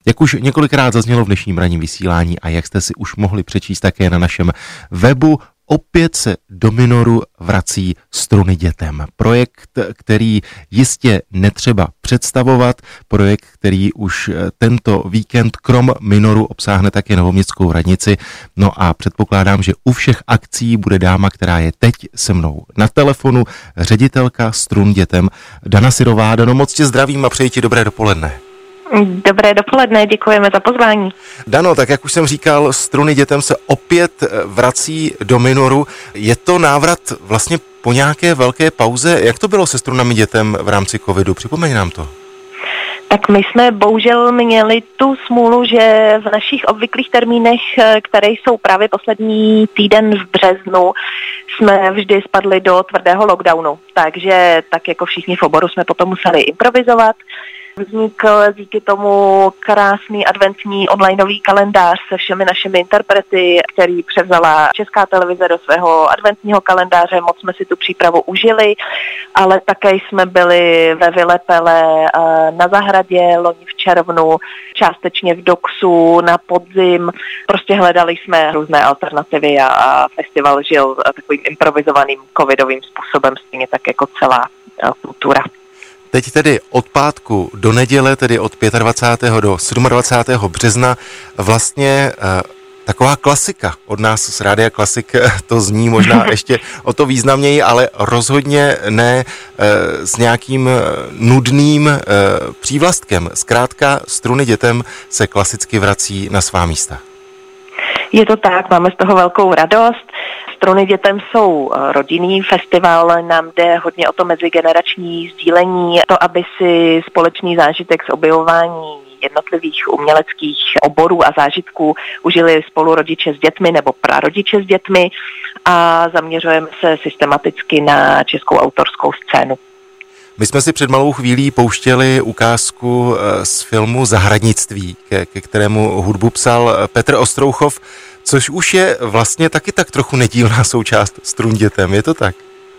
Jak už několikrát zaznělo v dnešním ranním vysílání a jak jste si už mohli přečíst také na našem webu, opět se do Minoru vrací Struny dětem. Projekt, který jistě netřeba představovat, projekt, který už tento víkend krom Minoru obsáhne také Novoměstskou radnici. No a předpokládám, že u všech akcí bude dáma, která je teď se mnou na telefonu, ředitelka Strun dětem Dana Syrová. Dano, moc tě zdravím a přeji ti dobré dopoledne. Dobré dopoledne, děkujeme za pozvání. Dano, tak jak už jsem říkal, Struny dětem se opět vrací do Minoru. Je to návrat vlastně po nějaké velké pauze? Jak to bylo se Strunami dětem v rámci covidu? Připomeň nám to. Tak my jsme bohužel měli tu smůlu, že v našich obvyklých termínech, které jsou právě poslední týden v březnu, jsme vždy spadli do tvrdého lockdownu. Takže tak jako všichni v oboru jsme potom museli improvizovat. Vznikl díky tomu krásný adventní onlineový kalendář se všemi našimi interprety, který převzala Česká televize do svého adventního kalendáře. Moc jsme si tu přípravu užili, ale také jsme byli ve Vylepele na zahradě loni v červnu, částečně v Doxu na podzim. Prostě hledali jsme různé alternativy a festival žil takovým improvizovaným covidovým způsobem, stejně tak jako celá kultura. Teď tedy od pátku do neděle, tedy od 25. do 27. března, vlastně taková klasika od nás z Rádia Klasik, to zní možná ještě o to významněji, ale rozhodně ne s nějakým nudným přívlastkem. Zkrátka Struny dětem se klasicky vrací na svá místa. Je to tak, máme z toho velkou radost. Struny dětem jsou rodinný festival, nám jde hodně o to mezigenerační sdílení, to, aby si společný zážitek z objevování jednotlivých uměleckých oborů a zážitků užili spolu rodiče s dětmi nebo prarodiče s dětmi a zaměřujeme se systematicky na českou autorskou scénu. My jsme si před malou chvílí pouštěli ukázku z filmu Zahradnictví, ke kterému hudbu psal Petr Ostrouchov, což už je vlastně taky tak trochu nedílná součást Strun dětem, je to tak?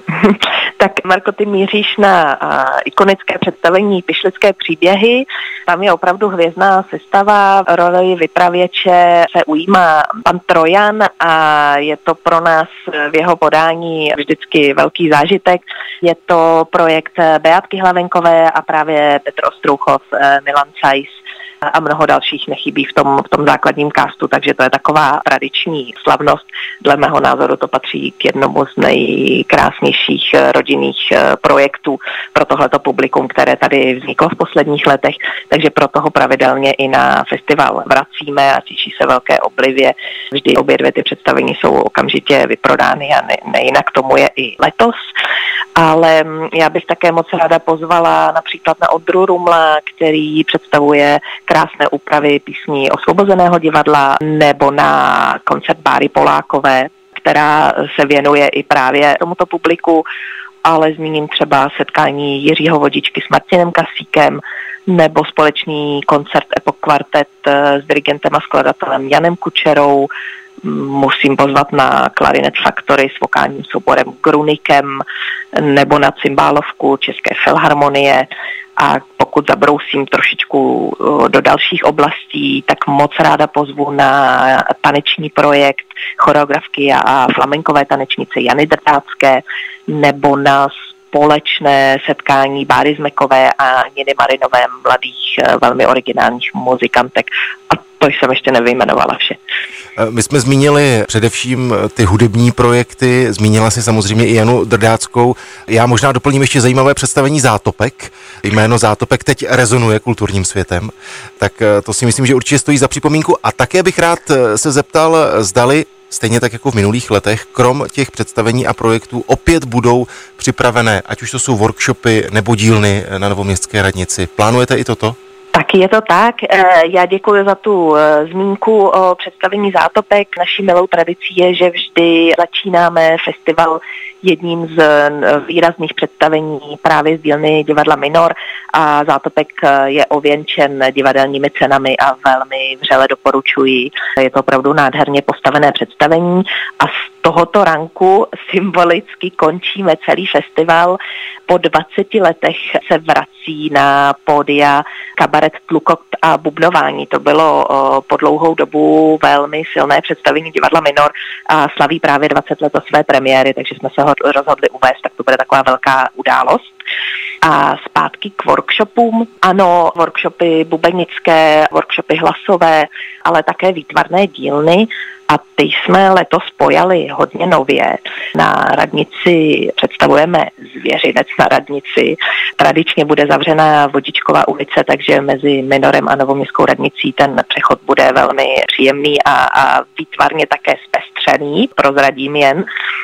Tak Marko, ty míříš na ikonické představení Pyšlické příběhy. Tam je opravdu hvězdná sestava, roli vypravěče se ujímá pan Trojan a je to pro nás v jeho podání vždycky velký zážitek. Je to projekt Beatky Hlavenkové a právě Petr Ostrouchov, Milan Sajs a mnoho dalších nechybí v tom základním castu, takže to je taková tradiční slavnost. Dle mého názoru to patří k jednomu z nejkrásnějších rodinných projektů pro tohleto publikum, které tady vzniklo v posledních letech, takže proto ho pravidelně i na festival vracíme a těší se velké oblivě. Vždy obě dvě ty představení jsou okamžitě vyprodány a nejinak tomu je i letos. Ale já bych také moc ráda pozvala například na Ondru Rumla, který představuje krásné úpravy písní Osvobozeného divadla, nebo na koncert Báry Polákové, která se věnuje i právě tomuto publiku, ale zmíním třeba setkání Jiřího Vodičky s Martinem Kasíkem, nebo společný koncert Epoch Quartet s dirigentem a skladatelem Janem Kučerou. Musím pozvat na Clarinet Factory s vokálním souborem Grunikem nebo na cymbálovku České filharmonie. A pokud zabrousím trošičku do dalších oblastí, tak moc ráda pozvu na taneční projekt choreografky a flamenkové tanečnice Jany Drtácké nebo na společné setkání Báry Zmekové a Niny Marinové, mladých, velmi originálních muzikantek. A to jsem ještě nevyjmenovala vše. My jsme zmínili především ty hudební projekty, zmínila si samozřejmě i Janu Drdáckou. Já možná doplním ještě zajímavé představení Zátopek. Jméno Zátopek teď rezonuje kulturním světem, tak to si myslím, že určitě stojí za připomínku. A také bych rád se zeptal, zdali stejně tak jako v minulých letech, krom těch představení a projektů opět budou připravené, ať už to jsou workshopy nebo dílny na Novoměstské radnici. Plánujete i toto? Taky je to tak. Já děkuji za tu zmínku o představení Zátopek. Naší milou tradicí je, že vždy začínáme festival jedním z výrazných představení právě z dílny divadla Minor a Zátopek je ověnčen divadelními cenami a velmi vřele doporučuji. Je to opravdu nádherně postavené představení a z tohoto ranku symbolicky končíme celý festival. Po 20 letech se vrací na pódia kabaret Tlukot a bubnování. To bylo po dlouhou dobu velmi silné představení divadla Minor a slaví právě 20 let od své premiéry, takže jsme se ho rozhodli uvést, tak to bude taková velká událost. A zpátky k workshopům. Ano, workshopy bubenické, workshopy hlasové, ale také výtvarné dílny. A ty jsme letos pojali hodně nově. Na radnici představujeme Zvěřinec na radnici. Tradičně bude zavřená Vodičková ulice, takže mezi Minorem a Novoměstskou radnicí ten přechod bude velmi příjemný a výtvarně také zpestřený, prozradím jen.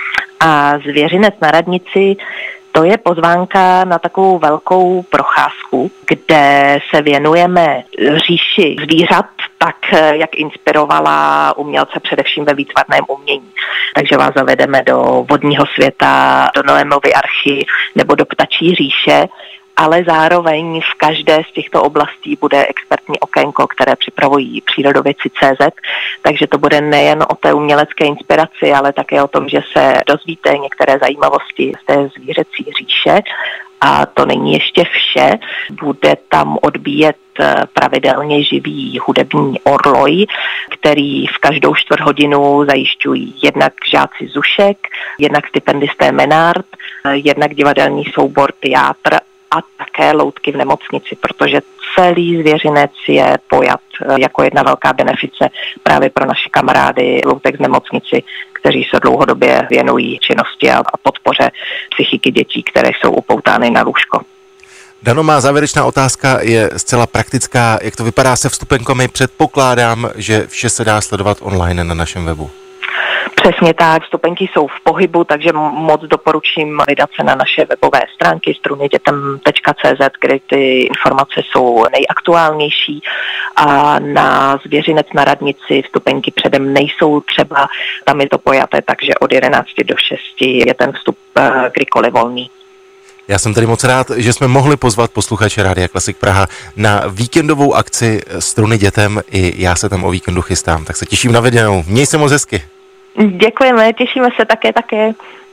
A Zvěřinec na radnici, to je pozvánka na takovou velkou procházku, kde se věnujeme říši zvířat, tak jak inspirovala umělce především ve výtvarném umění. Takže vás zavedeme do vodního světa, do Noémovy archy nebo do ptačí říše, ale zároveň v každé z těchto oblastí bude expertní okénko, které připravují přírodovědci.cz, takže to bude nejen o té umělecké inspiraci, ale také o tom, že se dozvíte některé zajímavosti z té zvířecí říše. A to není ještě vše, bude tam odbíjet pravidelně živý hudební orloj, který v každou čtvrthodinu zajišťují jednak žáci Zušek, jednak stipendisté Menard, jednak divadelní soubor Teátr a také loutky v nemocnici, protože celý Zvěřinec je pojat jako jedna velká benefice právě pro naše kamarády loutek z nemocnici, kteří se dlouhodobě věnují činnosti a podpoře psychiky dětí, které jsou upoutány na lůžko. Dano, má závěrečná otázka je zcela praktická. Jak to vypadá se vstupenkami? Předpokládám, že vše se dá sledovat online na našem webu. Přesně tak, vstupenky jsou v pohybu, takže moc doporučím vydat se na naše webové stránky strunydětem.cz, kde ty informace jsou nejaktuálnější, a na Zvěřinec na radnici vstupenky předem nejsou třeba, tam je to pojaté, takže od 11 do 6 je ten vstup kdykoliv volný. Já jsem tady moc rád, že jsme mohli pozvat posluchače Rádia Klasik Praha na víkendovou akci Struny dětem. I já se tam o víkendu chystám, tak se těším na viděnou. Měj se moc hezky. Děkujeme, těšíme se také.